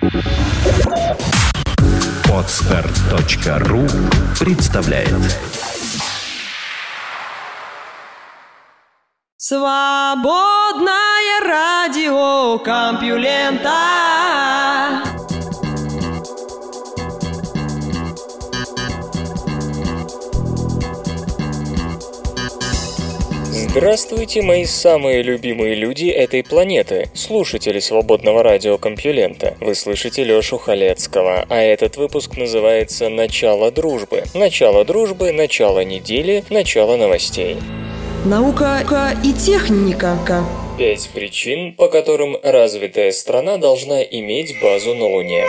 Podster.ru представляет. Свободное радио Компьюлента. Здравствуйте, мои самые любимые люди этой планеты, слушатели свободного радио Компьюлента. Вы слышите Лёшу Халецкого, а этот выпуск называется «Начало дружбы». Начало дружбы, начало недели, начало новостей. Наука и техника. 5 причин, по которым развитая страна должна иметь базу на Луне.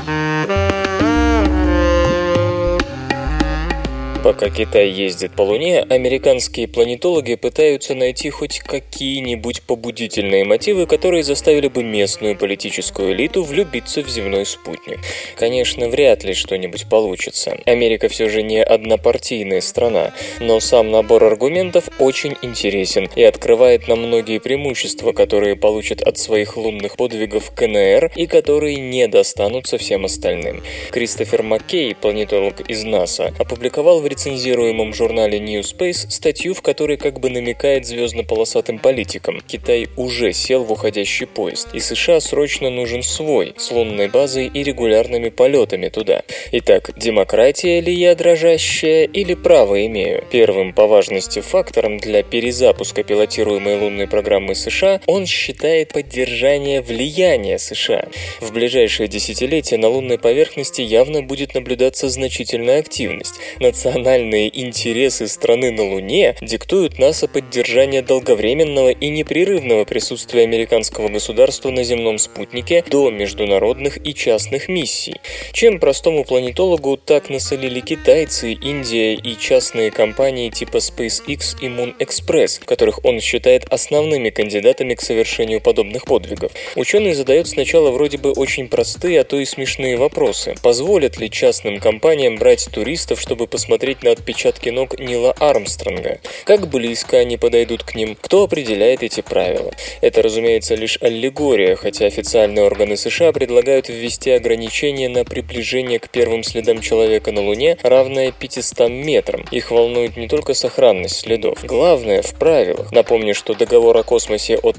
Пока Китай ездит по Луне, американские планетологи пытаются найти хоть какие-нибудь побудительные мотивы, которые заставили бы местную политическую элиту влюбиться в земной спутник. Конечно, вряд ли что-нибудь получится. Америка все же не однопартийная страна, но сам набор аргументов очень интересен и открывает нам многие преимущества, которые получат от своих лунных подвигов КНР и которые не достанутся всем остальным. Кристофер Маккей, планетолог из НАСА, опубликовал в рецензируемом журнале New Space статью, в которой как бы намекает звездно-полосатым политикам: Китай уже сел в уходящий поезд, и США срочно нужен свой, с лунной базой и регулярными полетами туда. Итак, демократия ли я дрожащая или право имею? Первым по важности фактором для перезапуска пилотируемой лунной программы США он считает поддержание влияния США. В ближайшие десятилетия на лунной поверхности явно будет наблюдаться значительная активность. Национальные интересы страны на Луне диктуют НАСА поддержание долговременного и непрерывного присутствия американского государства на земном спутнике до международных и частных миссий. Чем простому планетологу так насолили китайцы, Индия и частные компании типа SpaceX и Moon Express, которых он считает основными кандидатами к совершению подобных подвигов? Ученый задает сначала вроде бы очень простые, а то и смешные вопросы. Позволят ли частным компаниям брать туристов, чтобы посмотреть на отпечатки ног Нила Армстронга? Как близко они подойдут к ним? Кто определяет эти правила? Это, разумеется, лишь аллегория, хотя официальные органы США предлагают ввести ограничение на приближение к первым следам человека на Луне, равное 500 метрам. Их волнует не только сохранность следов. Главное в правилах. Напомню, что договор о космосе от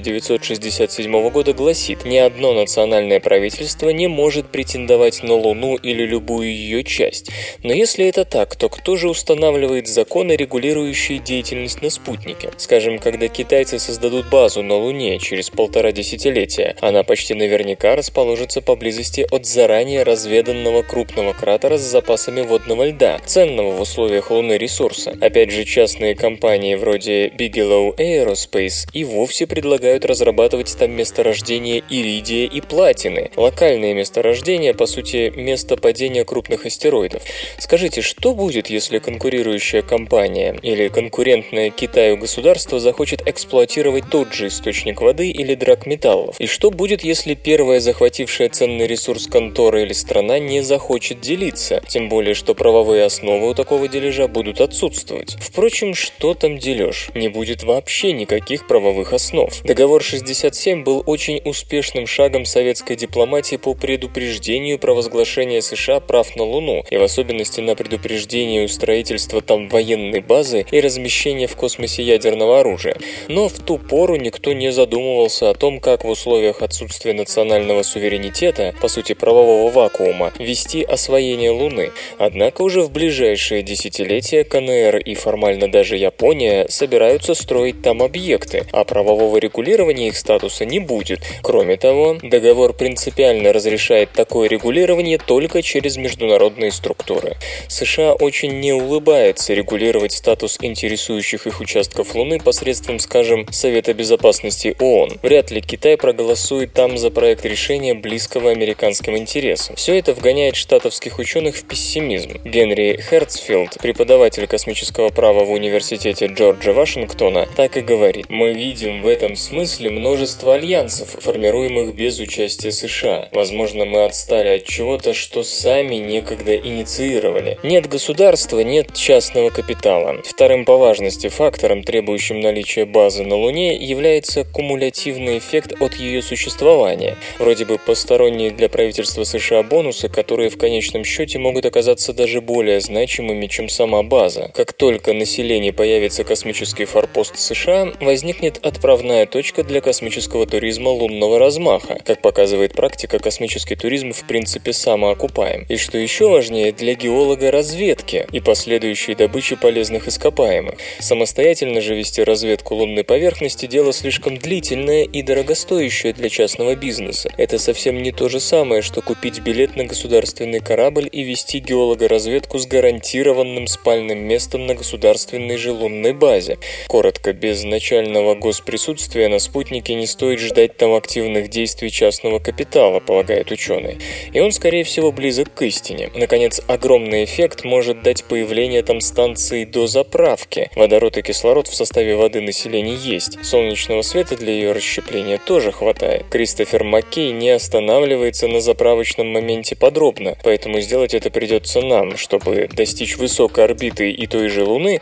1967 года гласит: ни одно национальное правительство не может претендовать на Луну или любую ее часть. Но если это так, то кто же устанавливает законы, регулирующие деятельность на спутнике? Скажем, когда китайцы создадут базу на Луне через 1,5 десятилетия, она почти наверняка расположится поблизости от заранее разведанного крупного кратера с запасами водного льда, ценного в условиях Луны ресурса. Опять же, частные компании вроде Bigelow Aerospace и вовсе предлагают разрабатывать там месторождения иридия и платины. Локальные месторождения, по сути, место падения крупных астероидов. Скажите, что будет, если конкурирующая компания или конкурентное Китаю государство захочет эксплуатировать тот же источник воды или драгметаллов? И что будет, если первая захватившая ценный ресурс контора или страна не захочет делиться? Тем более, что правовые основы у такого дележа будут отсутствовать. Впрочем, что там дележ? Не будет вообще никаких правовых основ. Договор 67 был очень успешным шагом советской дипломатии по предупреждению провозглашения США прав на Луну, и в особенности на предупреждению строительства там военной базы и размещения в космосе ядерного оружия. Но в ту пору никто не задумывался о том, как в условиях отсутствия национального суверенитета, по сути правового вакуума, вести освоение Луны. Однако уже в ближайшие десятилетия КНР и формально даже Япония собираются строить там объекты, а правового регулирования их статуса не будет. Кроме того, договор принципиально разрешает такое регулирование только через международные структуры. США очень не улыбается регулировать статус интересующих их участков Луны посредством, скажем, Совета Безопасности ООН. Вряд ли Китай проголосует там за проект решения близкого американским интересам. Все это вгоняет штатовских ученых в пессимизм. Генри Херцфилд, преподаватель космического права в университете Джорджа Вашингтона, так и говорит: «Мы видим в этом смысле множество альянсов, формируемых без участия США. Возможно, мы отстали от чего-то, что сами некогда инициировали. Нет государства, государства, нет частного капитала. Вторым по важности фактором, требующим наличия базы на Луне, является кумулятивный эффект от ее существования. Вроде бы посторонние для правительства США бонусы, которые в конечном счете могут оказаться даже более значимыми, чем сама база. Как только население появится космический форпост США, возникнет отправная точка для космического туризма лунного размаха. Как показывает практика, космический туризм в принципе самоокупаем. И что еще важнее, для геолога разведки и последующей добычи полезных ископаемых. Самостоятельно же вести разведку лунной поверхности – дело слишком длительное и дорогостоящее для частного бизнеса. Это совсем не то же самое, что купить билет на государственный корабль и вести геологоразведку с гарантированным спальным местом на государственной же лунной базе. Коротко, без начального госприсутствия на спутнике не стоит ждать там активных действий частного капитала, полагают ученые. И он, скорее всего, близок к истине. Наконец, огромный эффект может дать появление там станции дозаправки. Водород и кислород в составе воды населения есть. Солнечного света для ее расщепления тоже хватает. Кристофер Маккей не останавливается на заправочном моменте подробно, поэтому сделать это придется нам. Чтобы достичь высокой орбиты и той же Луны,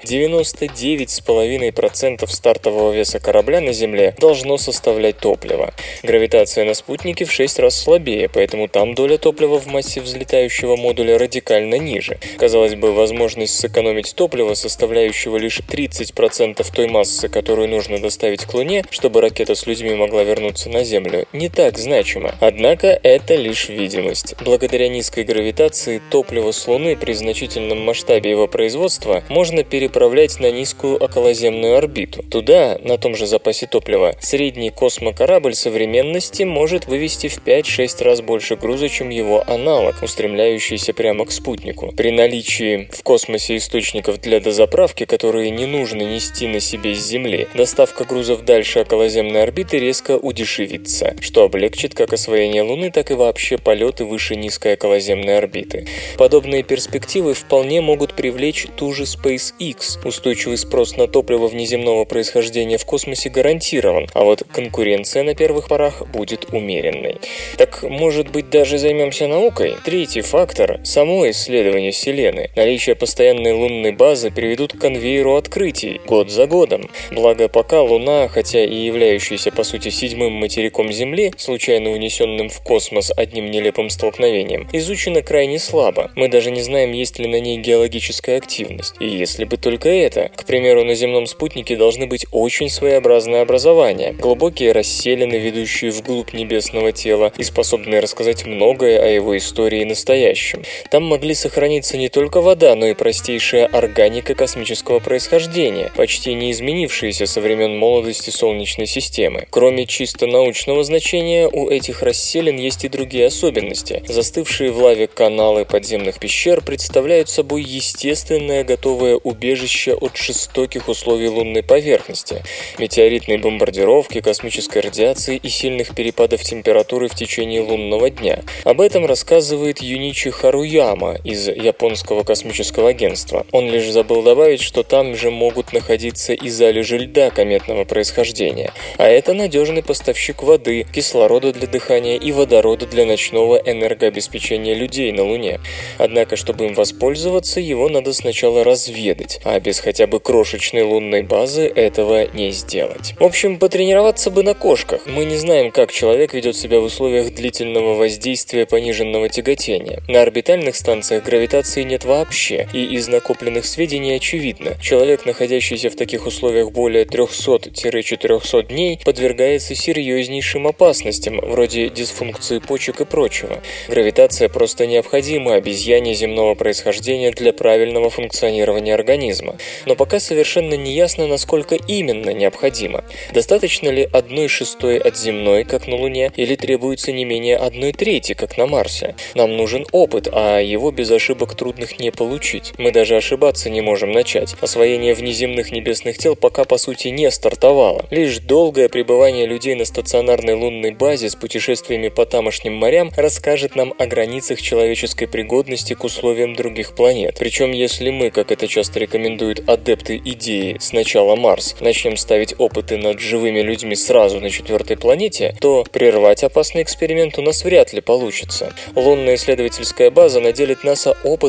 99,5% стартового веса корабля на Земле должно составлять топливо. Гравитация на спутнике в 6 раз слабее, поэтому там доля топлива в массе взлетающего модуля радикально ниже. Казалось бы, возможность сэкономить топливо, составляющего лишь 30% той массы, которую нужно доставить к Луне, чтобы ракета с людьми могла вернуться на Землю, не так значимо. Однако это лишь видимость. Благодаря низкой гравитации топливо с Луны при значительном масштабе его производства можно переправлять на низкую околоземную орбиту. Туда, на том же запасе топлива, средний космокорабль современности может вывести в 5-6 раз больше груза, чем его аналог, устремляющийся прямо к спутнику. При наличии в космосе источников для дозаправки, которые не нужно нести на себе с Земли, доставка грузов дальше околоземной орбиты резко удешевится, что облегчит как освоение Луны, так и вообще полеты выше низкой околоземной орбиты. Подобные перспективы вполне могут привлечь ту же SpaceX. Устойчивый спрос на топливо внеземного происхождения в космосе гарантирован, а вот конкуренция на первых порах будет умеренной. Так, может быть, даже займемся наукой? Третий фактор – само исследование Вселенной. Наличие постоянной лунной базы приведут к конвейеру открытий год за годом. Благо, пока Луна, хотя и являющаяся по сути седьмым материком Земли, случайно унесенным в космос одним нелепым столкновением, изучена крайне слабо. Мы даже не знаем, есть ли на ней геологическая активность. И если бы только это. К примеру, на земном спутнике должны быть очень своеобразные образования, глубокие расселины, ведущие вглубь небесного тела и способные рассказать многое о его истории и настоящем. Там могли сохраниться не только вода, но и простейшая органика космического происхождения, почти не изменившаяся со времен молодости Солнечной системы. Кроме чисто научного значения, у этих расселин есть и другие особенности. Застывшие в лаве каналы подземных пещер представляют собой естественное готовое убежище от жестоких условий лунной поверхности, метеоритной бомбардировки, космической радиации и сильных перепадов температуры в течение лунного дня. Об этом рассказывает Юничи Харуяма из Японского космического агентства. Он лишь забыл добавить, что там же могут находиться и залежи льда кометного происхождения, а это надежный поставщик воды, кислорода для дыхания и водорода для ночного энергообеспечения людей на Луне. Однако, чтобы им воспользоваться, его надо сначала разведать, а без хотя бы крошечной лунной базы этого не сделать. В общем, потренироваться бы на кошках. Мы не знаем, как человек ведет себя в условиях длительного воздействия пониженного тяготения. На орбитальных станциях гравитации нет вообще, и из накопленных сведений очевидно. Человек, находящийся в таких условиях более 300-400 дней, подвергается серьезнейшим опасностям, вроде дисфункции почек и прочего. Гравитация просто необходима обезьяне земного происхождения для правильного функционирования организма. Но пока совершенно не ясно, насколько именно необходимо. Достаточно ли 1/6 от земной, как на Луне, или требуется не менее 1/3, как на Марсе? Нам нужен опыт, а его без ошибок трудных не получить. Мы даже ошибаться не можем начать. Освоение внеземных небесных тел пока по сути не стартовало. Лишь долгое пребывание людей на стационарной лунной базе с путешествиями по тамошним морям расскажет нам о границах человеческой пригодности к условиям других планет. Причем, если мы, как это часто рекомендуют адепты идеи «сначала Марс», начнем ставить опыты над живыми людьми сразу на 4-й планете, то прервать опасный эксперимент у нас вряд ли получится. Лунная исследовательская база наделит НАСА опытом в создании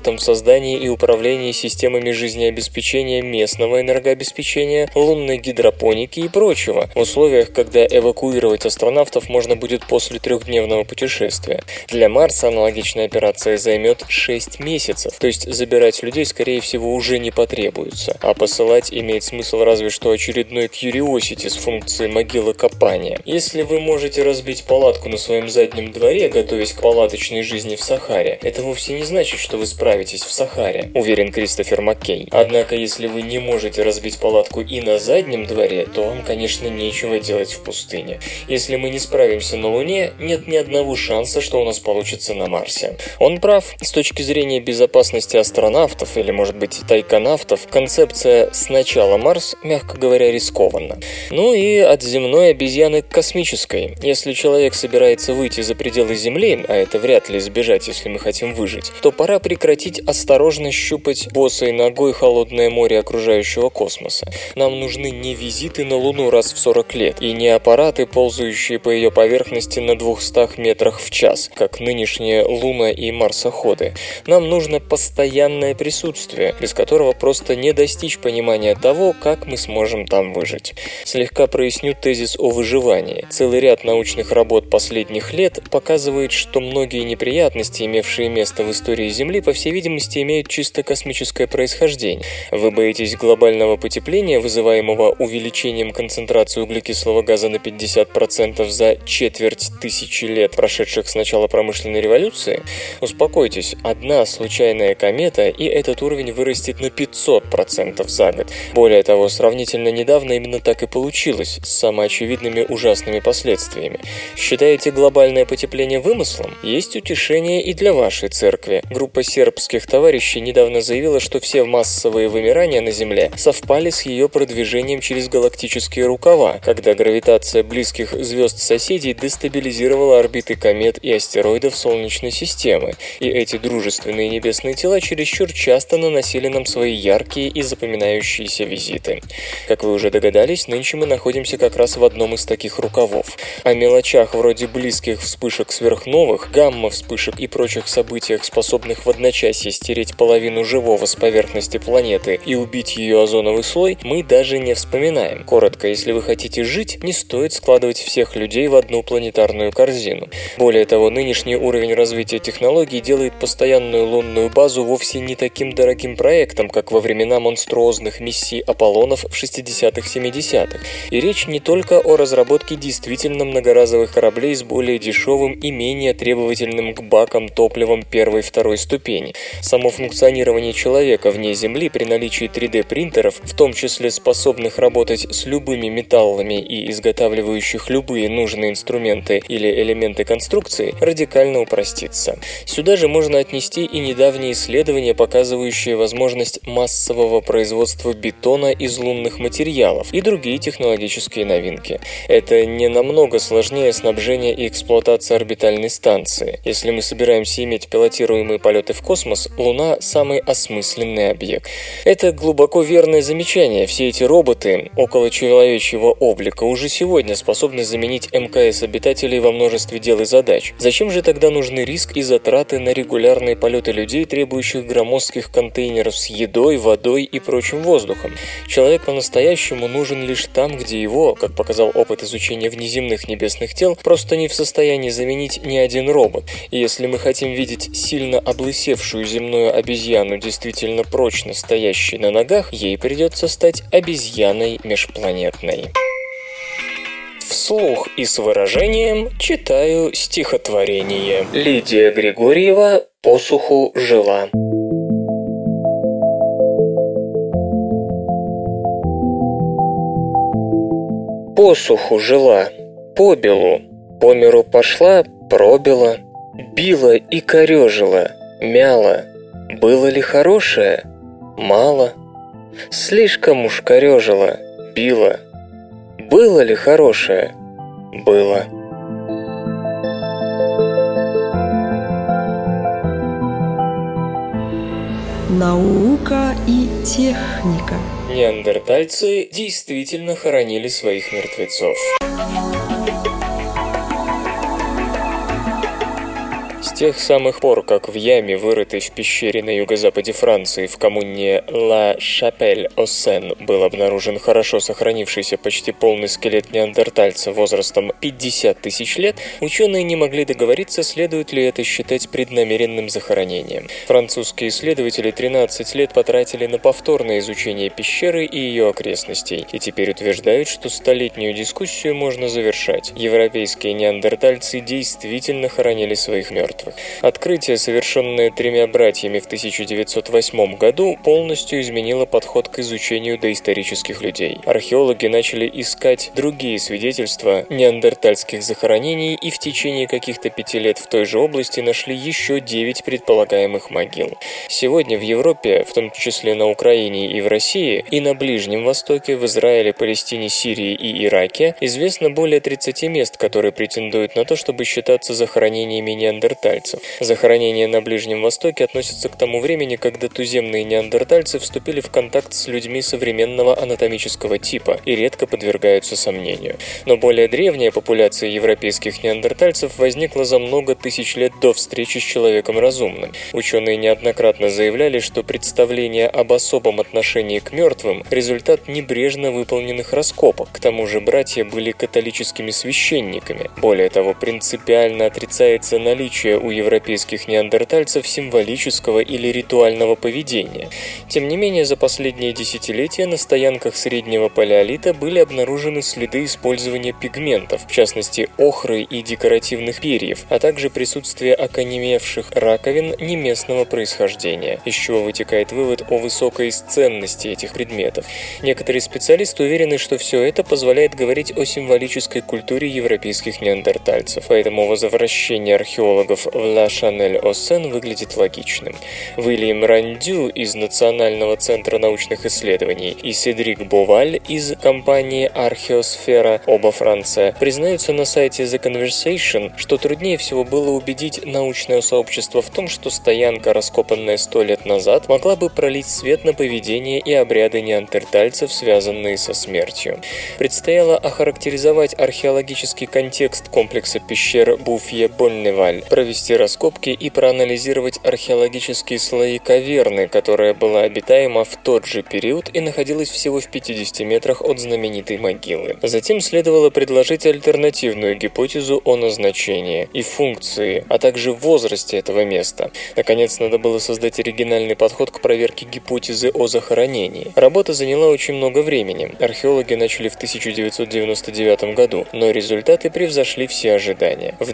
создании и управлении системами жизнеобеспечения местного энергообеспечения, лунной гидропоники и прочего, в условиях, когда эвакуировать астронавтов можно будет после 3-дневного путешествия. Для Марса аналогичная операция займет 6 месяцев, то есть забирать людей, скорее всего, уже не потребуется, а посылать имеет смысл разве что очередной Curiosity с функцией могилокопания. Если вы можете разбить палатку на своем заднем дворе, готовясь к палаточной жизни в Сахаре, это вовсе не значит, что вы справитесь в Сахаре, уверен Кристофер Маккей. Однако, если вы не можете разбить палатку и на заднем дворе, то вам, конечно, нечего делать в пустыне. Если мы не справимся на Луне, нет ни одного шанса, что у нас получится на Марсе. Он прав. С точки зрения безопасности астронавтов, или, может быть, тайконавтов, концепция «сначала Марс», мягко говоря, рискованна. Ну и от земной обезьяны к космической. Если человек собирается выйти за пределы Земли, а это вряд ли избежать, если мы хотим выжить, то пора прекратить осторожно щупать босой ногой холодное море окружающего космоса. Нам нужны не визиты на Луну раз в 40 лет, и не аппараты, ползающие по ее поверхности на 200 метрах в час, как нынешние луна- и марсоходы. Нам нужно постоянное присутствие, без которого просто не достичь понимания того, как мы сможем там выжить. Слегка проясню тезис о выживании. Целый ряд научных работ последних лет показывает, что многие неприятности, имевшие место в истории Земли, по всей видимости, имеют чисто космическое происхождение. Вы боитесь глобального потепления, вызываемого увеличением концентрации углекислого газа на 50% за четверть тысячи лет, прошедших с начала промышленной революции? Успокойтесь, одна случайная комета, и этот уровень вырастет на 500% за год. Более того, сравнительно недавно именно так и получилось, с самоочевидными ужасными последствиями. Считаете глобальное потепление вымыслом? Есть утешение и для вашей церкви. Группа сербских товарищей недавно заявила, что все массовые вымирания на Земле совпали с ее продвижением через галактические рукава, когда гравитация близких звезд-соседей дестабилизировала орбиты комет и астероидов Солнечной системы, и эти дружественные небесные тела чересчур часто наносили нам свои яркие и запоминающиеся визиты. Как вы уже догадались, нынче мы находимся как раз в одном из таких рукавов. О мелочах вроде близких вспышек сверхновых, гамма-вспышек и прочих событиях, способных в одночасье стереть половину живого с поверхности планеты и убить ее озоновый слой, мы даже не вспоминаем. Коротко, если вы хотите жить, не стоит складывать всех людей в одну планетарную корзину. Более того, нынешний уровень развития технологий делает постоянную лунную базу вовсе не таким дорогим проектом, как во времена монструозных миссий Аполлонов в 60-х-70-х. И речь не только о разработке действительно многоразовых кораблей с более дешевым и менее требовательным к бакам топливом первой и второй ступени. Само функционирование человека вне Земли при наличии 3D-принтеров, в том числе способных работать с любыми металлами и изготавливающих любые нужные инструменты или элементы конструкции, радикально упростится. Сюда же можно отнести и недавние исследования, показывающие возможность массового производства бетона из лунных материалов и другие технологические новинки. Это не намного сложнее снабжения и эксплуатации орбитальной станции. Если мы собираемся иметь пилотируемые полеты в космос, Луна – самый осмысленный объект. Это глубоко верное замечание. Все эти роботы околочеловечьего облика уже сегодня способны заменить МКС-обитателей во множестве дел и задач. Зачем же тогда нужны риск и затраты на регулярные полеты людей, требующих громоздких контейнеров с едой, водой и прочим воздухом? Человек по-настоящему нужен лишь там, где его, как показал опыт изучения внеземных небесных тел, просто не в состоянии заменить ни один робот. И если мы хотим видеть сильно облысевшую земную обезьяну, действительно прочно стоящей на ногах, ей придется стать обезьяной межпланетной. Вслух и с выражением читаю стихотворение. Лидия Григорьева «Посуху жила». Посуху жила, побелу, по миру пошла, пробила, била и корежила, мяла. Было ли хорошее? Мало. Слишком уж корежила, била. Было ли хорошее? Было. Наука и техника. Неандертальцы действительно хоронили своих мертвецов. С тех самых пор, как в яме, вырытой в пещере на юго-западе Франции в коммуне Ла-Шапель-О-Сен, был обнаружен хорошо сохранившийся почти полный скелет неандертальца возрастом 50 тысяч лет, ученые не могли договориться, следует ли это считать преднамеренным захоронением. Французские исследователи 13 лет потратили на повторное изучение пещеры и ее окрестностей, и теперь утверждают, что столетнюю дискуссию можно завершать. Европейские неандертальцы действительно хоронили своих мертвых. Открытие, совершенное 3 братьями в 1908 году, полностью изменило подход к изучению доисторических людей. Археологи начали искать другие свидетельства неандертальских захоронений и в течение каких-то 5 лет в той же области нашли еще 9 предполагаемых могил. Сегодня в Европе, в том числе на Украине и в России, и на Ближнем Востоке, в Израиле, Палестине, Сирии и Ираке известно более 30 мест, которые претендуют на то, чтобы считаться захоронениями неандертальцев. Захоронения на Ближнем Востоке относятся к тому времени, когда туземные неандертальцы вступили в контакт с людьми современного анатомического типа и редко подвергаются сомнению. Но более древняя популяция европейских неандертальцев возникла за много тысяч лет до встречи с человеком разумным. Ученые неоднократно заявляли, что представление об особом отношении к мертвым – результат небрежно выполненных раскопок. К тому же братья были католическими священниками. Более того, принципиально отрицается наличие у европейских неандертальцев символического или ритуального поведения. Тем не менее, за последние десятилетия на стоянках среднего палеолита были обнаружены следы использования пигментов, в частности охры и декоративных перьев, а также присутствие окаменевших раковин неместного происхождения, из чего вытекает вывод о высокой ценности этих предметов. Некоторые специалисты уверены, что все это позволяет говорить о символической культуре европейских неандертальцев, поэтому возвращение археологов в Ла-Шапель-О-Сен выглядит логичным. Уильям Рандю из Национального центра научных исследований и Седрик Боваль из компании Археосфера, оба Франция, признаются на сайте The Conversation, что труднее всего было убедить научное сообщество в том, что стоянка, раскопанная 100 лет назад, могла бы пролить свет на поведение и обряды неандертальцев, связанные со смертью. Предстояло охарактеризовать археологический контекст комплекса пещер Буфье-Бонневаль, провести раскопки и проанализировать археологические слои каверны, которая была обитаема в тот же период и находилась всего в 50 метрах от знаменитой могилы. Затем следовало предложить альтернативную гипотезу о назначении и функции, а также возрасте этого места. Наконец, надо было создать оригинальный подход к проверке гипотезы о захоронении. Работа заняла очень много времени. Археологи начали в 1999 году, но результаты превзошли все ожидания. В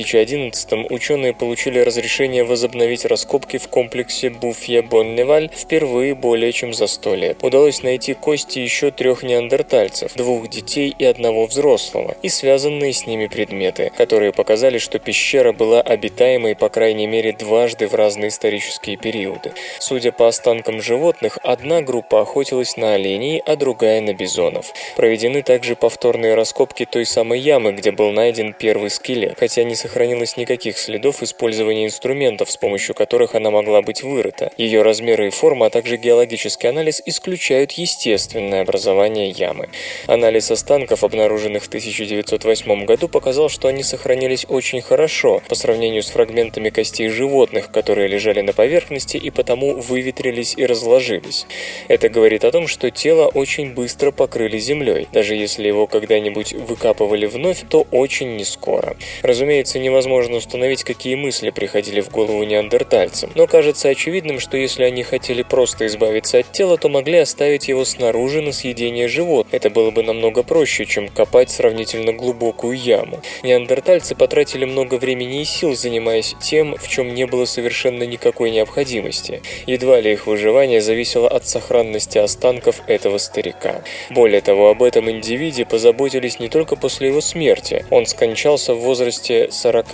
2011 ученые получили разрешение возобновить раскопки в комплексе Буфье-Бонневаль впервые более чем за 100 лет. Удалось найти кости еще 3 неандертальцев, 2 детей и 1 взрослого, и связанные с ними предметы, которые показали, что пещера была обитаемой по крайней мере дважды в разные исторические периоды. Судя по останкам животных, одна группа охотилась на оленей, а другая на бизонов. Проведены также повторные раскопки той самой ямы, где был найден первый скелет, хотя не сохранилось никаких следов использования инструментов, с помощью которых она могла быть вырыта. Ее размеры и форма, а также геологический анализ исключают естественное образование ямы. Анализ останков, обнаруженных в 1908 году, показал, что они сохранились очень хорошо по сравнению с фрагментами костей животных, которые лежали на поверхности и потому выветрились и разложились. Это говорит о том, что тело очень быстро покрыли землей. Даже если его когда-нибудь выкапывали вновь, то очень нескоро. Разумеется, невозможно установить, какие мысли приходили в голову неандертальцам, но кажется очевидным, что если они хотели просто избавиться от тела, то могли оставить его снаружи на съедение животных. Это было бы намного проще, чем копать сравнительно глубокую яму. Неандертальцы потратили много времени и сил, занимаясь тем, в чем не было совершенно никакой необходимости. Едва ли их выживание зависело от сохранности останков этого старика. Более того, об этом индивиде позаботились не только после его смерти. Он скончался в возрасте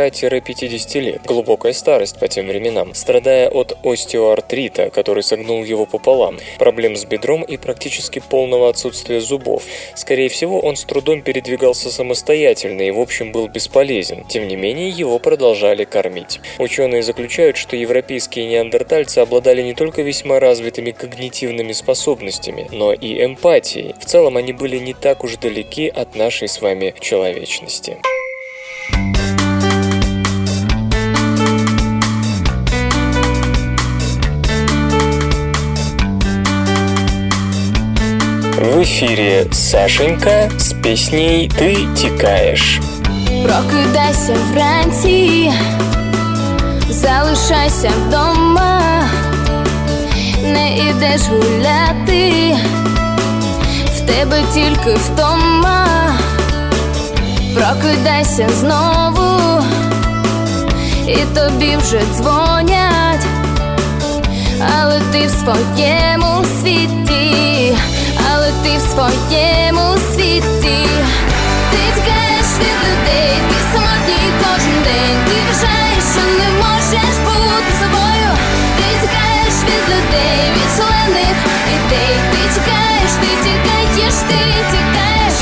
40-50 лет, глубокая старость по тем временам, страдая от остеоартрита, который согнул его пополам, проблем с бедром и практически полного отсутствия зубов. Скорее всего, он с трудом передвигался самостоятельно и в общем был бесполезен. Тем не менее, его продолжали кормить. Ученые заключают, что европейские неандертальцы обладали не только весьма развитыми когнитивными способностями, но и эмпатией. В целом, они были не так уж далеки от нашей с вами человечности. В эфире Сашенька з піснею «Ти тікаєш». Прокидайся вранці, залишайся вдома, не ідеш гуляти, в тебе тільки втома. Прокидайся знову, і тобі вже дзвонять, але ти в своєму світі, але ти в своєму світі. Ти тікаєш від людей, ти самотній кожен день. Ти вважаєш, що не можеш бути собою. Ти тікаєш від людей, від шалених ідей. Ти тікаєш, ти тікаєш, ти тікаєш.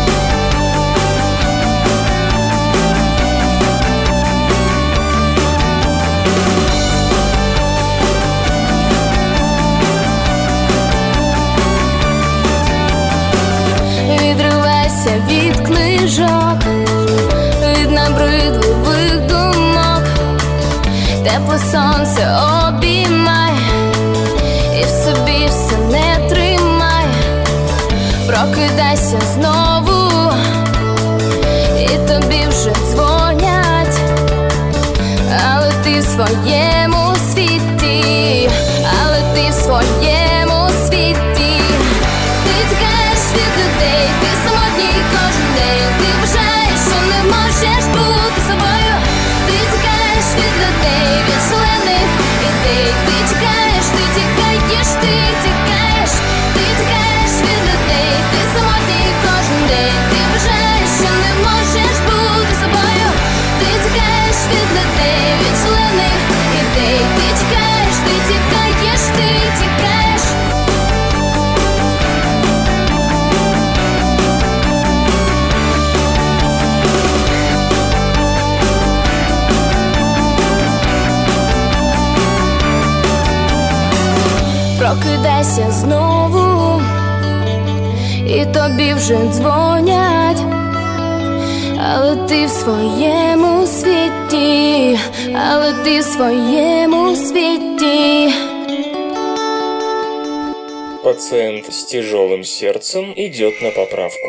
Відривайся від книжок, від набридливих думок. Тепле сонце обіймай і в собі все не тримай. Прокидайся знову, і тобі вже дзвонять, але ти в своєму світі, але ти в своєму світі. Ти тікаєш від людей, ти самотній кожен день. Ти вважаєш, що не можеш бути собою. Ти тікаєш від людей, від шалених ідей. Ти тікаєш, ти тікаєш, ти тікаєш. Ти тікаєш від людей, ти самотній кожен день. Ти вважаєш, що не можеш бути собою. Ти тікаєш від людей, від шалених ідей. Ти тікаєш, ти тікаєш, ти тікаєш. Прокидайся знову, і тобі вже дзвонять, але ти в своєму світі, але ти в своєму світі. Пациент с тяжелым сердцем идет на поправку.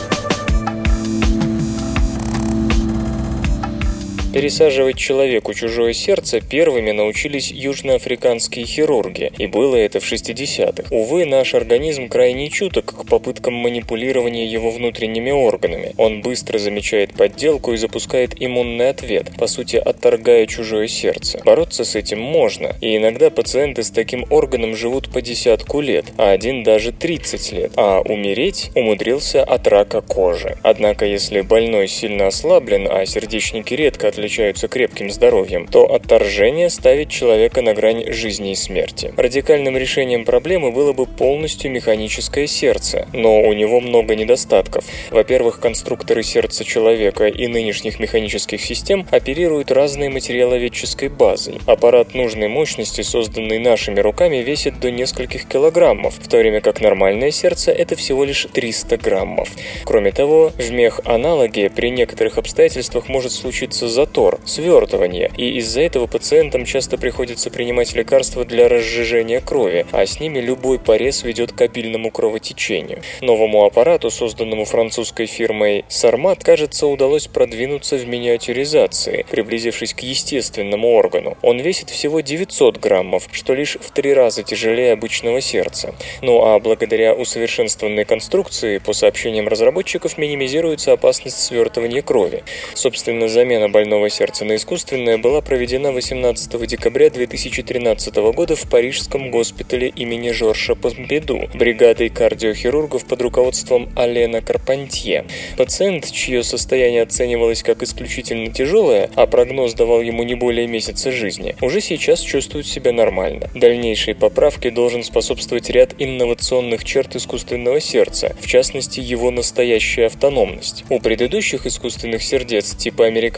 Пересаживать человеку чужое сердце первыми научились южноафриканские хирурги, и было это в 60-х. Увы, наш организм крайне чуток к попыткам манипулирования его внутренними органами. Он быстро замечает подделку и запускает иммунный ответ, по сути, отторгая чужое сердце. Бороться с этим можно, и иногда пациенты с таким органом живут по 10 лет, а один даже 30 лет, а умереть умудрился от рака кожи. Однако, если больной сильно ослаблен, а сердечники редко отличаются крепким здоровьем, то отторжение ставит человека на грань жизни и смерти. Радикальным решением проблемы было бы полностью механическое сердце, но у него много недостатков. Во-первых, конструкторы сердца человека и нынешних механических систем оперируют разной материаловедческой базой. Аппарат нужной мощности, созданный нашими руками, весит до нескольких килограммов, в то время как нормальное сердце – это всего лишь 300 граммов. Кроме того, в механалоге при некоторых обстоятельствах может случиться затор, свертывание, и из-за этого пациентам часто приходится принимать лекарства для разжижения крови, а с ними любой порез ведет к обильному кровотечению. Новому аппарату, созданному французской фирмой Sarmat, кажется, удалось продвинуться в миниатюризации, приблизившись к естественному органу. Он весит всего 900 граммов, что лишь в 3 раза тяжелее обычного сердца. Ну а благодаря усовершенствованной конструкции, по сообщениям разработчиков, минимизируется опасность свертывания крови. Собственно, замена больного сердца на искусственное была проведена 18 декабря 2013 года в парижском госпитале имени Жоржа Помпиду бригадой кардиохирургов под руководством Алена Карпантье. Пациент, чье состояние оценивалось как исключительно тяжелое, а прогноз давал ему не более месяца жизни, уже сейчас чувствует себя нормально. Дальнейшей поправке должен способствовать ряд инновационных черт искусственного сердца, в частности его настоящая автономность. У предыдущих искусственных сердец типа американского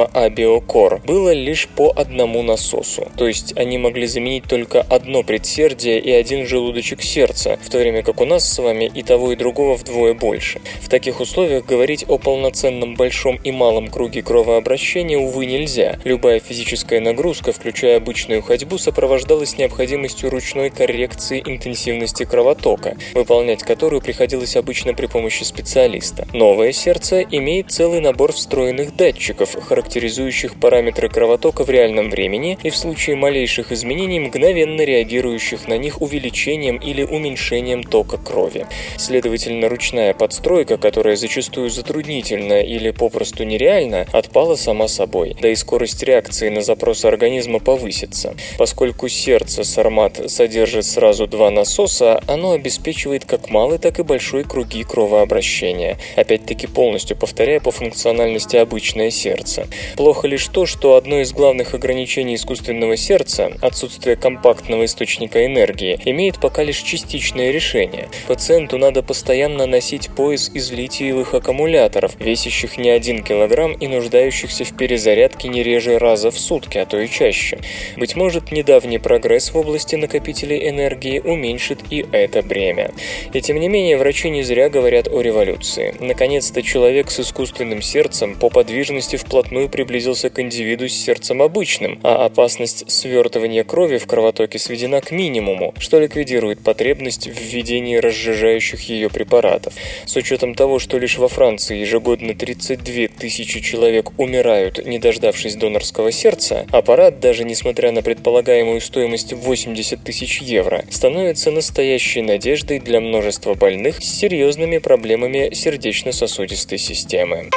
программа Abiocor было лишь по одному насосу, то есть они могли заменить только одно предсердие и один желудочек сердца, в то время как у нас с вами и того, и другого вдвое больше. В таких условиях говорить о полноценном большом и малом круге кровообращения, увы, нельзя. Любая физическая нагрузка, включая обычную ходьбу, сопровождалась необходимостью ручной коррекции интенсивности кровотока, выполнять которую приходилось обычно при помощи специалиста. Новое сердце имеет целый набор встроенных датчиков, характеризующих параметры кровотока в реальном времени и в случае малейших изменений мгновенно реагирующих на них увеличением или уменьшением тока крови. Следовательно, ручная подстройка, которая зачастую затруднительна или попросту нереальна, отпала сама собой, да и скорость реакции на запросы организма повысится. Поскольку сердце Сармат содержит сразу два насоса, оно обеспечивает как малый, так и большой круги кровообращения, опять-таки полностью повторяя по функциональности обычное сердце. Плохо лишь то, что одно из главных ограничений искусственного сердца, отсутствие компактного источника энергии, имеет пока лишь частичное решение. Пациенту надо постоянно носить пояс из литиевых аккумуляторов, весящих не 1 килограмм и нуждающихся в перезарядке не реже раза в сутки, а то и чаще. Быть может, недавний прогресс в области накопителей энергии уменьшит и это бремя. И тем не менее, врачи не зря говорят о революции. Наконец-то человек с искусственным сердцем по подвижности вплотную приблизился к индивиду с сердцем обычным, а опасность свертывания крови в кровотоке сведена к минимуму, что ликвидирует потребность в введении разжижающих ее препаратов. С учетом того, что лишь во Франции ежегодно 32 тысячи человек умирают, не дождавшись донорского сердца, аппарат, даже несмотря на предполагаемую стоимость в 80 тысяч евро, становится настоящей надеждой для множества больных с серьезными проблемами сердечно-сосудистой системы.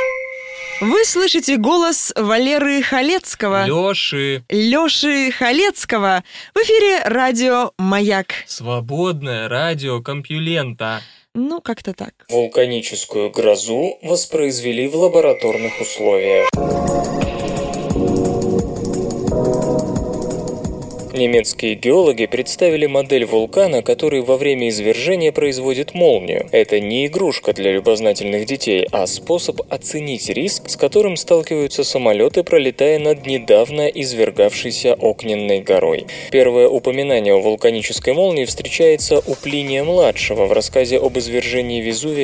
Вы слышите голос Валеры Халецкого. Лёши Халецкого. В эфире радио «Маяк». Свободное радио Компьюлента. Ну, как-то так. Вулканическую грозу воспроизвели в лабораторных условиях. Немецкие геологи представили модель вулкана, который во время извержения производит молнию. Это не игрушка для любознательных детей, а способ оценить риск, с которым сталкиваются самолеты, пролетая над недавно извергавшейся огненной горой. Первое упоминание о вулканической молнии встречается у Плиния-младшего в рассказе об извержении Везувия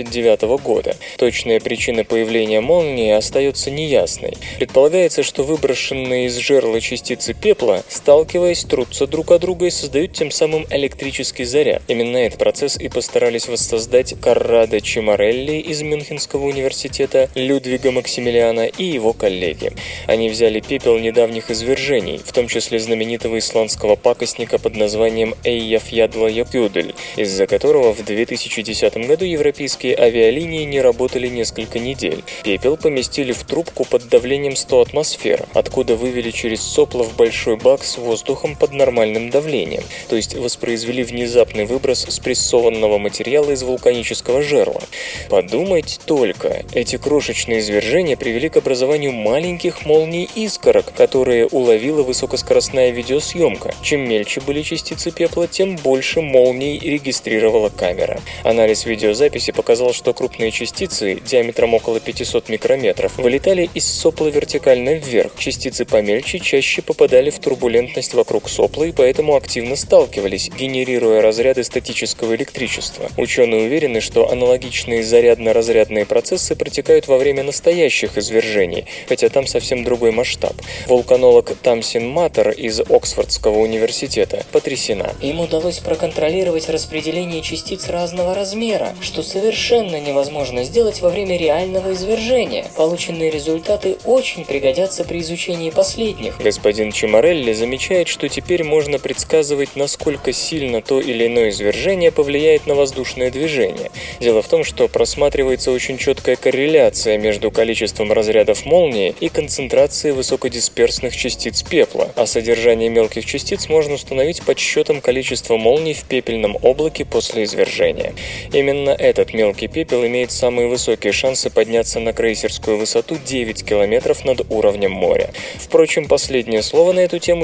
79 года. Точная причина появления молнии остается неясной. Предполагается, что выброшенные из жерла частицы пепла, сталкиваясь, трутся друг от друга и создают тем самым электрический заряд. Именно этот процесс и постарались воссоздать Коррадо Чимарелли из Мюнхенского университета, Людвига Максимилиана и его коллеги. Они взяли пепел недавних извержений, в том числе знаменитого исландского пакостника под названием Эйяфьядлаjökull, из-за которого в 2010 году европейские авиалинии не работали несколько недель. Пепел поместили в трубку под давлением 100 атмосфер, откуда вывели через сопло в большой бак с воздухом под нормальным давлением, то есть воспроизвели внезапный выброс спрессованного материала из вулканического жерла. Подумайте только, эти крошечные извержения привели к образованию маленьких молний-искорок, которые уловила высокоскоростная видеосъемка. Чем мельче были частицы пепла, тем больше молний регистрировала камера. Анализ видеозаписи показал, что крупные частицы диаметром около 500 микрометров вылетали из сопла вертикально вверх. Частицы помельче чаще попадали в турбулентность вокруг сопла и поэтому активно сталкивались, генерируя разряды статического электричества. Ученые уверены, что аналогичные зарядно-разрядные процессы протекают во время настоящих извержений, хотя там совсем другой масштаб. Вулканолог Тамсин Матер из Оксфордского университета потрясена. Им удалось проконтролировать распределение частиц разного размера, что совершенно невозможно сделать во время реального извержения. Полученные результаты очень пригодятся при изучении последних. Господин Чимарелли замечает, что теперь можно предсказывать, насколько сильно то или иное извержение повлияет на воздушное движение. Дело в том, что просматривается очень четкая корреляция между количеством разрядов молнии и концентрацией высокодисперсных частиц пепла, а содержание мелких частиц можно установить подсчетом количества молний в пепельном облаке после извержения. Именно этот мелкий пепел имеет самые высокие шансы подняться на крейсерскую высоту 9 километров над уровнем моря. Впрочем, последнее слово на эту тему еще не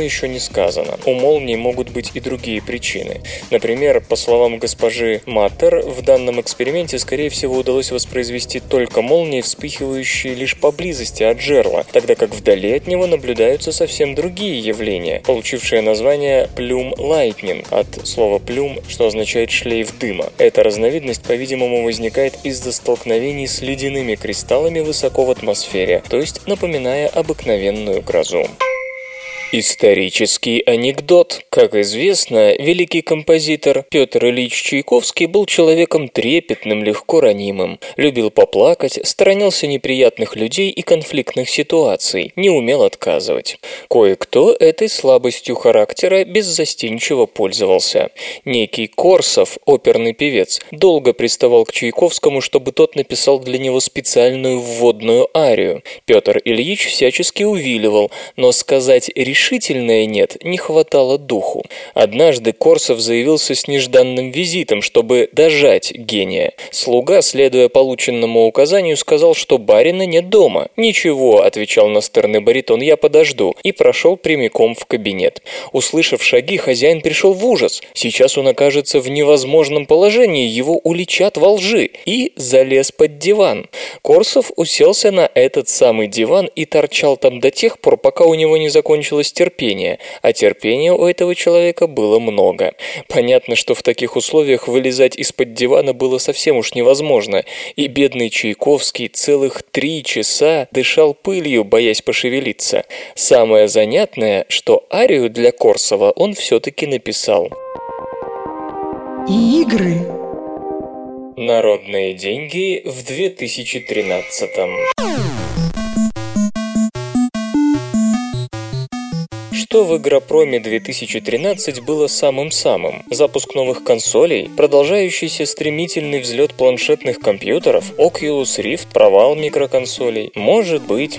сказано. У молний могут быть и другие причины. Например, по словам госпожи Маттер, в данном эксперименте, скорее всего, удалось воспроизвести только молнии, вспыхивающие лишь поблизости от жерла, тогда как вдали от него наблюдаются совсем другие явления, получившие название plume lightning, от слова plume, что означает шлейф дыма. Эта разновидность, по-видимому, возникает из-за столкновений с ледяными кристаллами высоко в атмосфере, то есть напоминая обыкновенную грозу. Исторический анекдот. Как известно, великий композитор Петр Ильич Чайковский был человеком трепетным, легко ранимым, любил поплакать, сторонился неприятных людей и конфликтных ситуаций, не умел отказывать. Кое-кто этой слабостью характера беззастенчиво пользовался. Некий Корсов, оперный певец, долго приставал к Чайковскому, чтобы тот написал для него специальную вводную арию. Петр Ильич всячески увиливал, но сказать решительное «нет» не хватало духу. Однажды Корсов заявился с нежданным визитом, чтобы дожать гения. Слуга, следуя полученному указанию, сказал, что барина нет дома. «Ничего», — отвечал настырный баритон, — «я подожду», и прошел прямиком в кабинет. Услышав шаги, хозяин пришел в ужас. Сейчас он окажется в невозможном положении, его уличат во лжи, и залез под диван. Корсов уселся на этот самый диван и торчал там до тех пор, пока у него не закончилось терпение, а терпения у этого человека было много. Понятно, что в таких условиях вылезать из-под дивана было совсем уж невозможно, и бедный Чайковский целых 3 часа дышал пылью, боясь пошевелиться. Самое занятное, что арию для Корсова он все-таки написал. Игры. Народные деньги в 2013-м. Что в Игропроме 2013 было самым-самым? Запуск новых консолей, продолжающийся стремительный взлет планшетных компьютеров, Oculus Rift, провал микроконсолей? Может быть.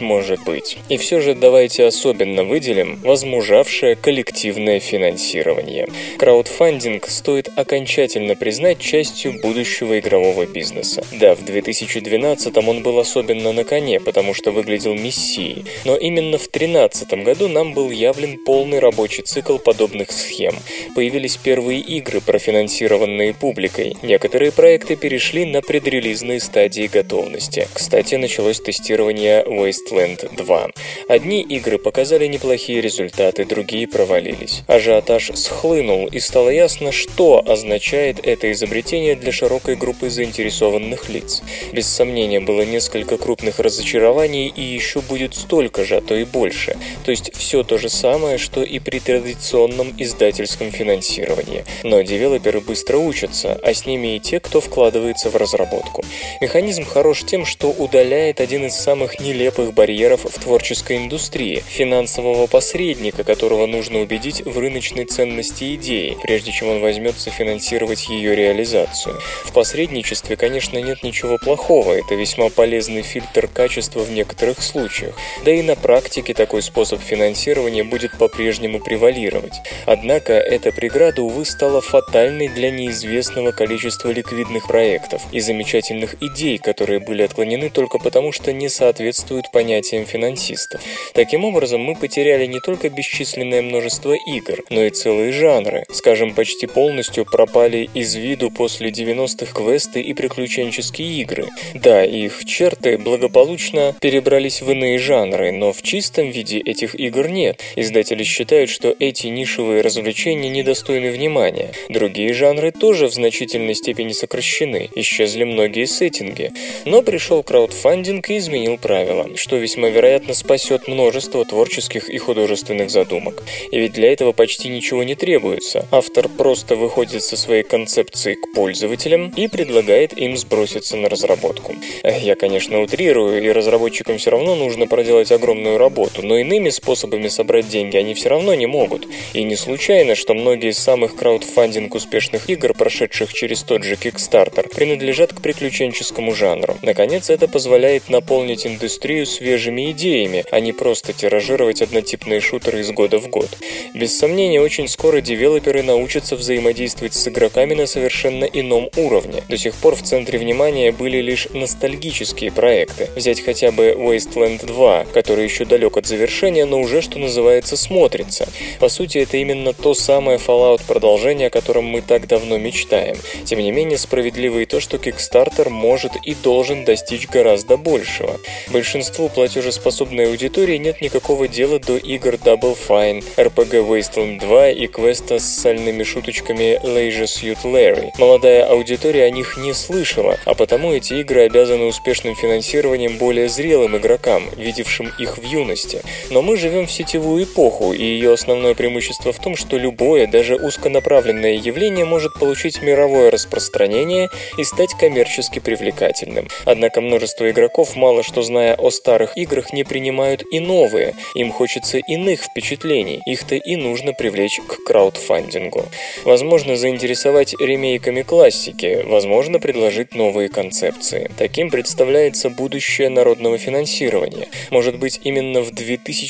И все же давайте особенно выделим возмужавшее коллективное финансирование. Краудфандинг стоит окончательно признать частью будущего игрового бизнеса. Да, в 2012-м он был особенно на коне, потому что выглядел мессией, но именно в 2013 году нам был явлен полный рабочий цикл подобных схем. Появились первые игры, профинансированные публикой. Некоторые проекты перешли на предрелизные стадии готовности. Кстати, началось тестирование Wasteland 2. Одни игры показали неплохие результаты, другие провалились. Ажиотаж схлынул, и стало ясно, что означает это изобретение для широкой группы заинтересованных лиц. Без сомнения, было несколько крупных разочарований, и еще будет столько же, а то и больше. То есть все то же самое, что и при традиционном издательском финансировании. Но девелоперы быстро учатся, а с ними и те, кто вкладывается в разработку. Механизм хорош тем, что удаляет один из самых нелепых барьеров в творческой индустрии – финансового посредника, которого нужно убедить в рыночной ценности идеи, прежде чем он возьмется финансировать ее реализацию. В посредничестве, конечно, нет ничего плохого, это весьма полезный фильтр качества в некоторых случаях. Да и на практике такой способ финансирования будет по-прежнему превалировать. Однако эта преграда, увы, стала фатальной для неизвестного количества ликвидных проектов и замечательных идей, которые были отклонены только потому, что не соответствуют понятиям финансистов. Таким образом, мы потеряли не только бесчисленное множество игр, но и целые жанры. Скажем, почти полностью пропали из виду после 90-х квесты и приключенческие игры. Да, их черты благополучно перебрались в иные жанры, но в чистом виде этих игр нет. Издатели считают, что эти нишевые развлечения недостойны внимания. Другие жанры тоже в значительной степени сокращены, исчезли многие сеттинги. Но пришел краудфандинг и изменил правила, что весьма вероятно спасет множество творческих и художественных задумок. И ведь для этого почти ничего не требуется. Автор просто выходит со своей концепцией к пользователям и предлагает им сброситься на разработку. Я, конечно, утрирую, и разработчикам все равно нужно проделать огромную работу, но иными способами собрать деньги они все равно не могут. И не случайно, что многие из самых краудфандинг успешных игр, прошедших через тот же Kickstarter, принадлежат к приключенческому жанру. Наконец, это позволяет наполнить индустрию свежими идеями, а не просто тиражировать однотипные шутеры из года в год. Без сомнения, очень скоро девелоперы научатся взаимодействовать с игроками на совершенно ином уровне. До сих пор в центре внимания были лишь ностальгические проекты. Взять хотя бы Wasteland 2, который еще далек от завершения, но уже, что называется, смотрится. По сути, это именно то самое Fallout продолжение, о котором мы так давно мечтаем. Тем не менее, справедливо и то, что Kickstarter может и должен достичь гораздо большего. Большинству платежеспособной аудитории нет никакого дела до игр Double Fine, RPG Wasteland 2 и квеста с сальными шуточками Leisure Suit Larry. Молодая аудитория о них не слышала, а потому эти игры обязаны успешным финансированием более зрелым игрокам, видевшим их в юности. Но мы живем в сетевую эпоху, и ее основное преимущество в том, что любое, даже узконаправленное явление может получить мировое распространение и стать коммерчески привлекательным. Однако множество игроков, мало что зная о старых играх, не принимают и новые. Им хочется иных впечатлений, их-то и нужно привлечь к краудфандингу. Возможно, заинтересовать ремейками классики, возможно, предложить новые концепции. Таким представляется будущее народного финансирования. Может быть, именно в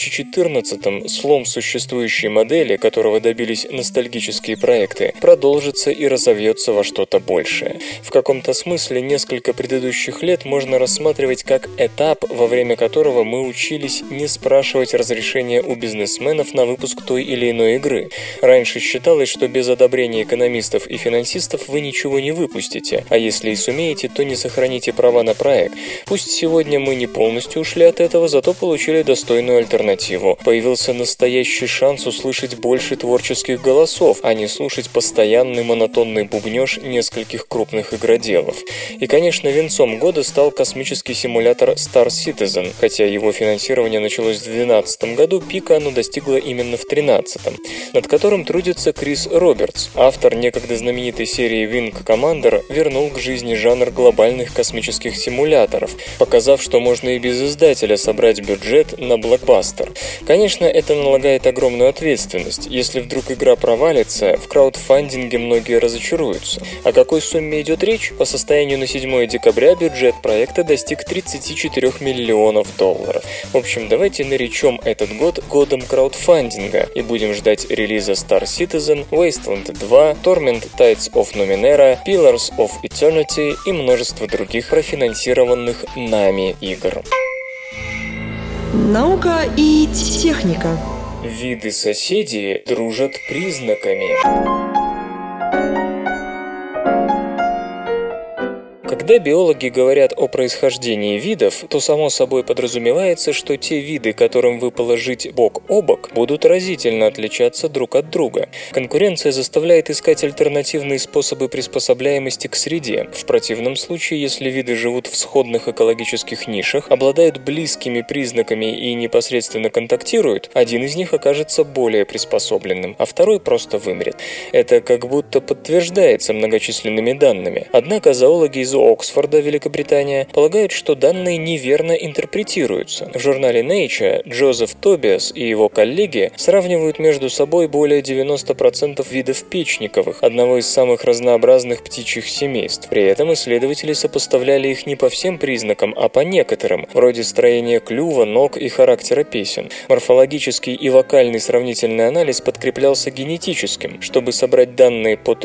2014-м слом существующей модели, которого добились ностальгические проекты, продолжится и разовьется во что-то большее. В каком-то смысле несколько предыдущих лет можно рассматривать как этап, во время которого мы учились не спрашивать разрешения у бизнесменов на выпуск той или иной игры. Раньше считалось, что без одобрения экономистов и финансистов вы ничего не выпустите, а если и сумеете, то не сохраните права на проект. Пусть сегодня мы не полностью ушли от этого, зато получили достойную альтернативу. Появился настоящий шанс услышать больше творческих голосов, а не слушать постоянный монотонный бубнёж нескольких крупных игроделов. И, конечно, венцом года стал космический симулятор Star Citizen. Хотя его финансирование началось в 2012 году, пика оно достигло именно в 2013, над которым трудится Крис Робертс. Автор некогда знаменитой серии Wing Commander вернул к жизни жанр глобальных космических симуляторов, показав, что можно и без издателя собрать бюджет на блокбастер. Конечно, это налагает огромную ответственность. Если вдруг игра провалится, в краудфандинге многие разочаруются. О какой сумме идет речь? По состоянию на 7 декабря бюджет проекта достиг $34 миллионов. В общем, давайте наречем этот год годом краудфандинга и будем ждать релиза Star Citizen, Wasteland 2, Torment Tides of Numenera, Pillars of Eternity и множество других профинансированных нами игр. Наука и техника. Виды соседей дружат признаками. Когда биологи говорят о происхождении видов, то само собой подразумевается, что те виды, которым выпало жить бок о бок, будут разительно отличаться друг от друга. Конкуренция заставляет искать альтернативные способы приспособляемости к среде. В противном случае, если виды живут в сходных экологических нишах, обладают близкими признаками и непосредственно контактируют, один из них окажется более приспособленным, а второй просто вымрет. Это как будто подтверждается многочисленными данными. Однако зоологи из Оксфорда, Великобритания, полагают, что данные неверно интерпретируются. В журнале Nature Джозеф Тобиас и его коллеги сравнивают между собой более 90% видов печниковых, одного из самых разнообразных птичьих семейств. При этом исследователи сопоставляли их не по всем признакам, а по некоторым, вроде строения клюва, ног и характера песен. Морфологический и вокальный сравнительный анализ подкреплялся генетическим. Чтобы собрать данные по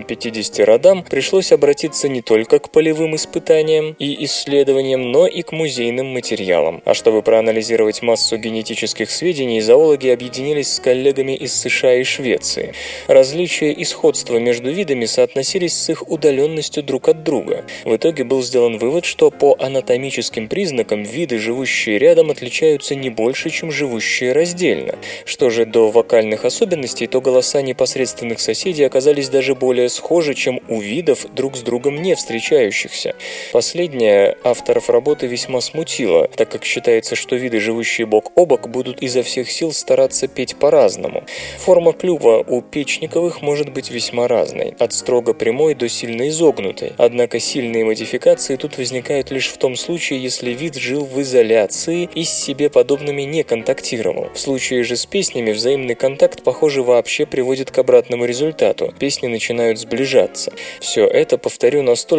350 родам, пришлось обратиться не только к полевым испытаниям и исследованиям, но и к музейным материалам. А чтобы проанализировать массу генетических сведений, зоологи объединились с коллегами из США и Швеции. Различия и сходства между видами соотносились с их удаленностью друг от друга. В итоге был сделан вывод, что по анатомическим признакам виды, живущие рядом, отличаются не больше, чем живущие раздельно. Что же до вокальных особенностей, то голоса непосредственных соседей оказались даже более схожи, чем у видов, друг с другом не встречающихся. Последнее авторов работы весьма смутило, так как считается, что виды, живущие бок о бок, будут изо всех сил стараться петь по-разному. Форма клюва у печниковых может быть весьма разной, от строго прямой до сильно изогнутой. Однако сильные модификации тут возникают лишь в том случае, если вид жил в изоляции и с себе подобными не контактировал. В случае же с песнями взаимный контакт, похоже, вообще приводит к обратному результату. Песни начинают сближаться. Все это, повторю, настолько идет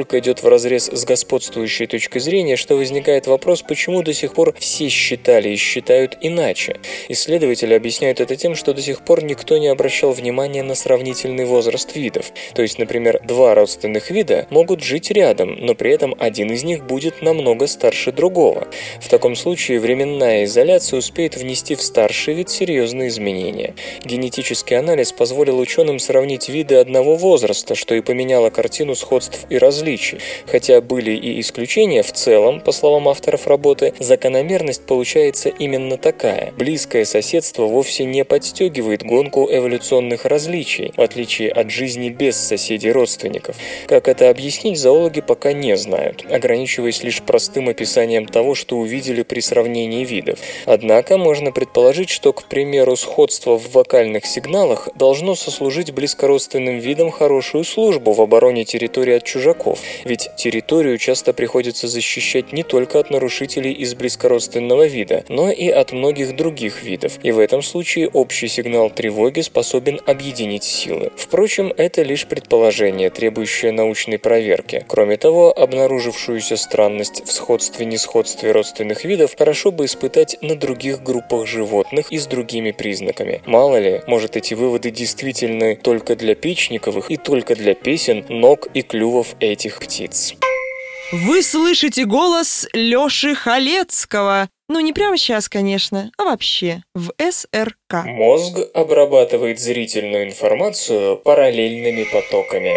вразрез с господствующей точкой зрения, что возникает вопрос, почему до сих пор все считали и считают иначе. Исследователи объясняют это тем, что до сих пор никто не обращал внимания на сравнительный возраст видов. То есть, например, два родственных вида могут жить рядом, но при этом один из них будет намного старше другого. В таком случае временная изоляция успеет внести в старший вид серьезные изменения. Генетический анализ позволил ученым сравнить виды одного возраста, что и поменяло картину сходств и различий. Хотя были и исключения, в целом, по словам авторов работы, закономерность получается именно такая. Близкое соседство вовсе не подстегивает гонку эволюционных различий, в отличие от жизни без соседей-родственников. Как это объяснить, зоологи пока не знают, ограничиваясь лишь простым описанием того, что увидели при сравнении видов. Однако можно предположить, что, к примеру, сходство в вокальных сигналах должно сослужить близкородственным видам хорошую службу в обороне территории от чужаков, ведь территорию часто приходится защищать не только от нарушителей из близкородственного вида, но и от многих других видов, и в этом случае общий сигнал тревоги способен объединить силы. Впрочем, это лишь предположение, требующее научной проверки. Кроме того, обнаружившуюся странность в сходстве-несходстве родственных видов хорошо бы испытать на других группах животных и с другими признаками. Мало ли, может, эти выводы действительно только для Печниковых и только для песен, ног и клювов этих птиц. Вы слышите голос Лёши Халецкого. Ну, не прямо сейчас, конечно, а вообще, в СРК. Мозг обрабатывает зрительную информацию параллельными потоками.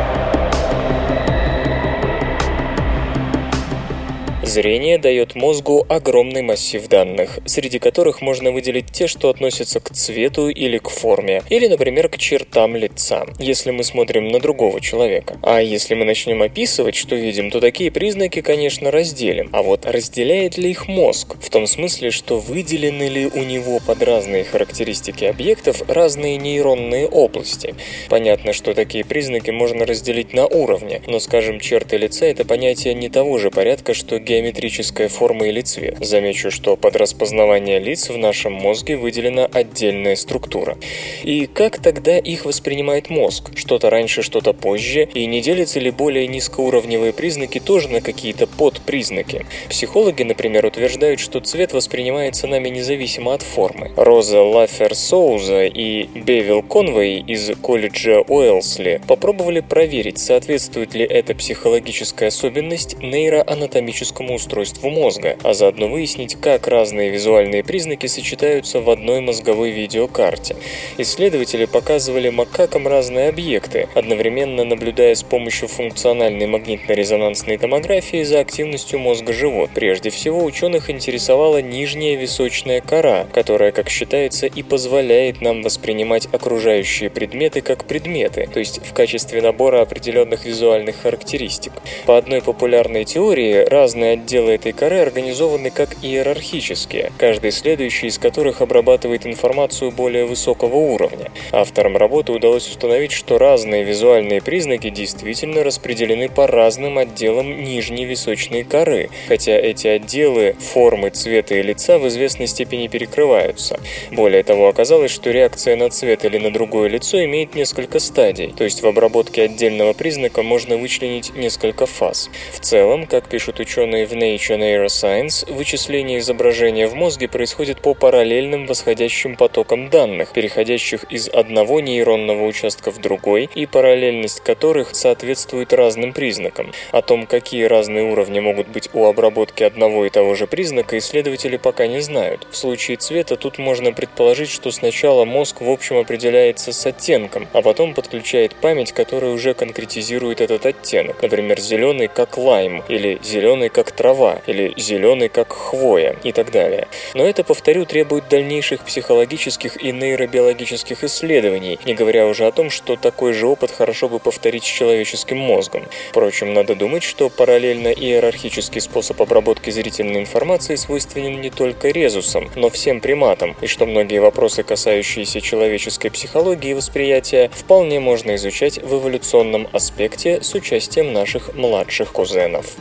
Зрение дает мозгу огромный массив данных, среди которых можно выделить те, что относятся к цвету или к форме, или, например, к чертам лица, если мы смотрим на другого человека. А если мы начнем описывать, что видим, то такие признаки, конечно, разделим. А вот разделяет ли их мозг? В том смысле, что выделены ли у него под разные характеристики объектов разные нейронные области. Понятно, что такие признаки можно разделить на уровне, но, скажем, черты лица – это понятие не того же порядка, что геометрическая форма или цвет. Замечу, что под распознавание лиц в нашем мозге выделена отдельная структура. И как тогда их воспринимает мозг? Что-то раньше, что-то позже? И не делятся ли более низкоуровневые признаки тоже на какие-то подпризнаки? Психологи, например, утверждают, что цвет воспринимается нами независимо от формы. Роза Лаффер-Соуза и Бевил Конвей из колледжа Уэлсли попробовали проверить, соответствует ли эта психологическая особенность нейроанатомическому устройству мозга, а заодно выяснить, как разные визуальные признаки сочетаются в одной мозговой видеокарте. Исследователи показывали макакам разные объекты, одновременно наблюдая с помощью функциональной магнитно-резонансной томографии за активностью мозга живот. Прежде всего, ученых интересовала нижняя височная кора, которая, как считается, и позволяет нам воспринимать окружающие предметы как предметы, то есть в качестве набора определенных визуальных характеристик. По одной популярной теории, разные отделы этой коры организованы как иерархические, каждый следующий из которых обрабатывает информацию более высокого уровня. Авторам работы удалось установить, что разные визуальные признаки действительно распределены по разным отделам нижней височной коры, хотя эти отделы формы, цвета и лица в известной степени перекрываются. Более того, оказалось, что реакция на цвет или на другое лицо имеет несколько стадий, то есть в обработке отдельного признака можно вычленить несколько фаз. В целом, как пишут ученые в Nature Neuroscience, вычисление изображения в мозге происходит по параллельным восходящим потокам данных, переходящих из одного нейронного участка в другой, и параллельность которых соответствует разным признакам. О том, какие разные уровни могут быть у обработки одного и того же признака, исследователи пока не знают. В случае цвета тут можно предположить, что сначала мозг в общем определяется с оттенком, а потом подключает память, которая уже конкретизирует этот оттенок. Например, зеленый как лайм, или зеленый как трава, или зеленый как хвоя и так далее. Но это, повторю, требует дальнейших психологических и нейробиологических исследований, не говоря уже о том, что такой же опыт хорошо бы повторить с человеческим мозгом. Впрочем, надо думать, что параллельно иерархический способ обработки зрительной информации свойственен не только резусам, но всем приматам, и что многие вопросы, касающиеся человеческой психологии и восприятия, вполне можно изучать в эволюционном аспекте с участием наших младших кузенов.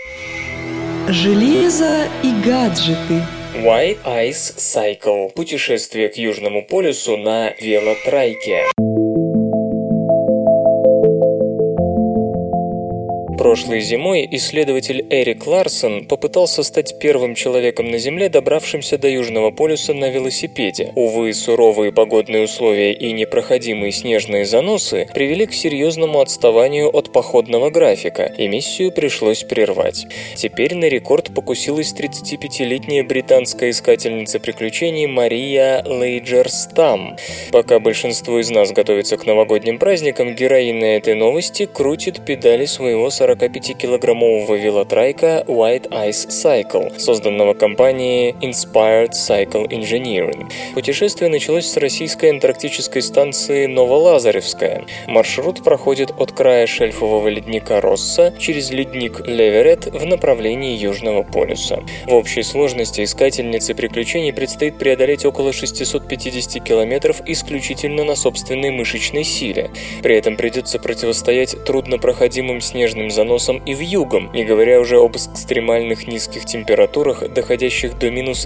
Железо и гаджеты. White Ice Cycle. Путешествие к Южному полюсу на велотрайке. Прошлой зимой исследователь Эрик Ларсон попытался стать первым человеком на Земле, добравшимся до Южного полюса на велосипеде. Увы, суровые погодные условия и непроходимые снежные заносы привели к серьезному отставанию от походного графика, и миссию пришлось прервать. Теперь на рекорд покусилась 35-летняя британская искательница приключений Мария Лейджерстам. Пока большинство из нас готовится к новогодним праздникам, героиня этой новости крутит педали своего 45-килограммового велотрайка White Ice Cycle, созданного компанией Inspired Cycle Engineering. Путешествие началось с российской антарктической станции Новолазаревская. Маршрут проходит от края шельфового ледника Росса через ледник Леверет в направлении Южного полюса. В общей сложности искательнице приключений предстоит преодолеть около 650 километров исключительно на собственной мышечной силе. При этом придется противостоять труднопроходимым снежным заносам и вьюгам, не говоря уже об экстремальных низких температурах, доходящих до минус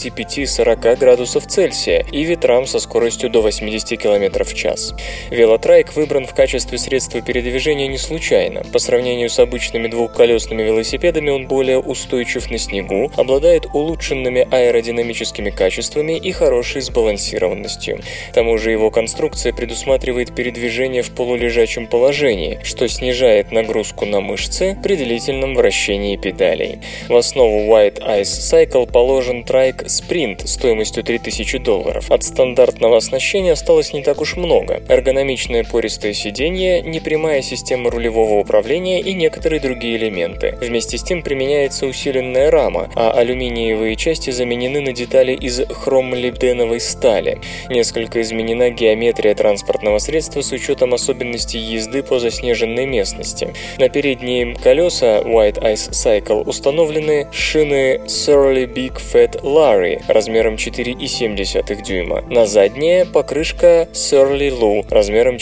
35-40 градусов Цельсия, и ветрам со скоростью до 80 км в час. Велотрайк выбран в качестве средства передвижения не случайно. По сравнению с обычными двухколесными велосипедами он более устойчив на снегу, обладает улучшенными аэродинамическими качествами и хорошей сбалансированностью. К тому же его конструкция предусматривает передвижение в полулежачем положении, что снижает нагрузку на мышцы при длительном вращении педалей. В основу White Ice Cycle положен трайк Sprint стоимостью $3000. От стандартного оснащения осталось не так уж много. Эргономичное пористое сиденье, непрямая система рулевого управления и некоторые другие элементы. Вместе с тем применяется усиленная рама, а алюминиевые части заменены на детали из хромолибденовой стали. Несколько изменена геометрия транспортного средства с учетом особенностей езды по заснеженной местности. На передние колеса White Ice Cycle установлены шины Surly Big Fat Larry размером 4,7 дюйма. На задние покрышка Surly Lou размером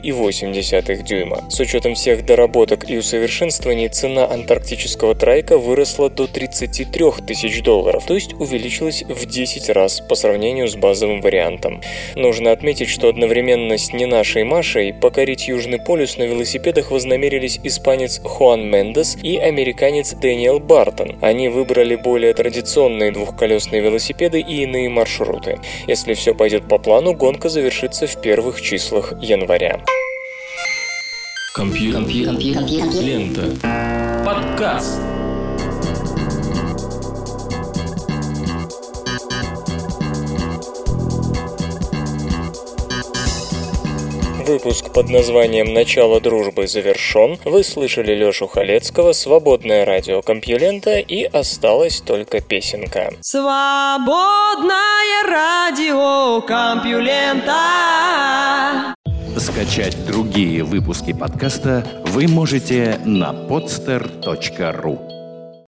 4,8 дюйма. С учетом всех доработок и усовершенствований цена антарктического трайка выросла до $33 тысяч, то есть увеличилась в 10 раз по сравнению с базовым вариантом. Нужно отметить, что одновременно с не нашей Машей покорить Южный полюс на велосипедах вознамерились испанец Хуан Мендес и американец Дэниел Бартон. Они выбрали более традиционные двухколесные велосипеды и иные маршруты. Если все пойдет по плану, гонка завершится в первых числах января. Лента. Подкаст. Выпуск под названием «Начало дружбы» завершен. Вы слышали Лёшу Халецкого, «Свободное радио Компьюлента», и осталась только песенка. Свободное радио Компьюлента. Скачать другие выпуски подкаста вы можете на podster.ru.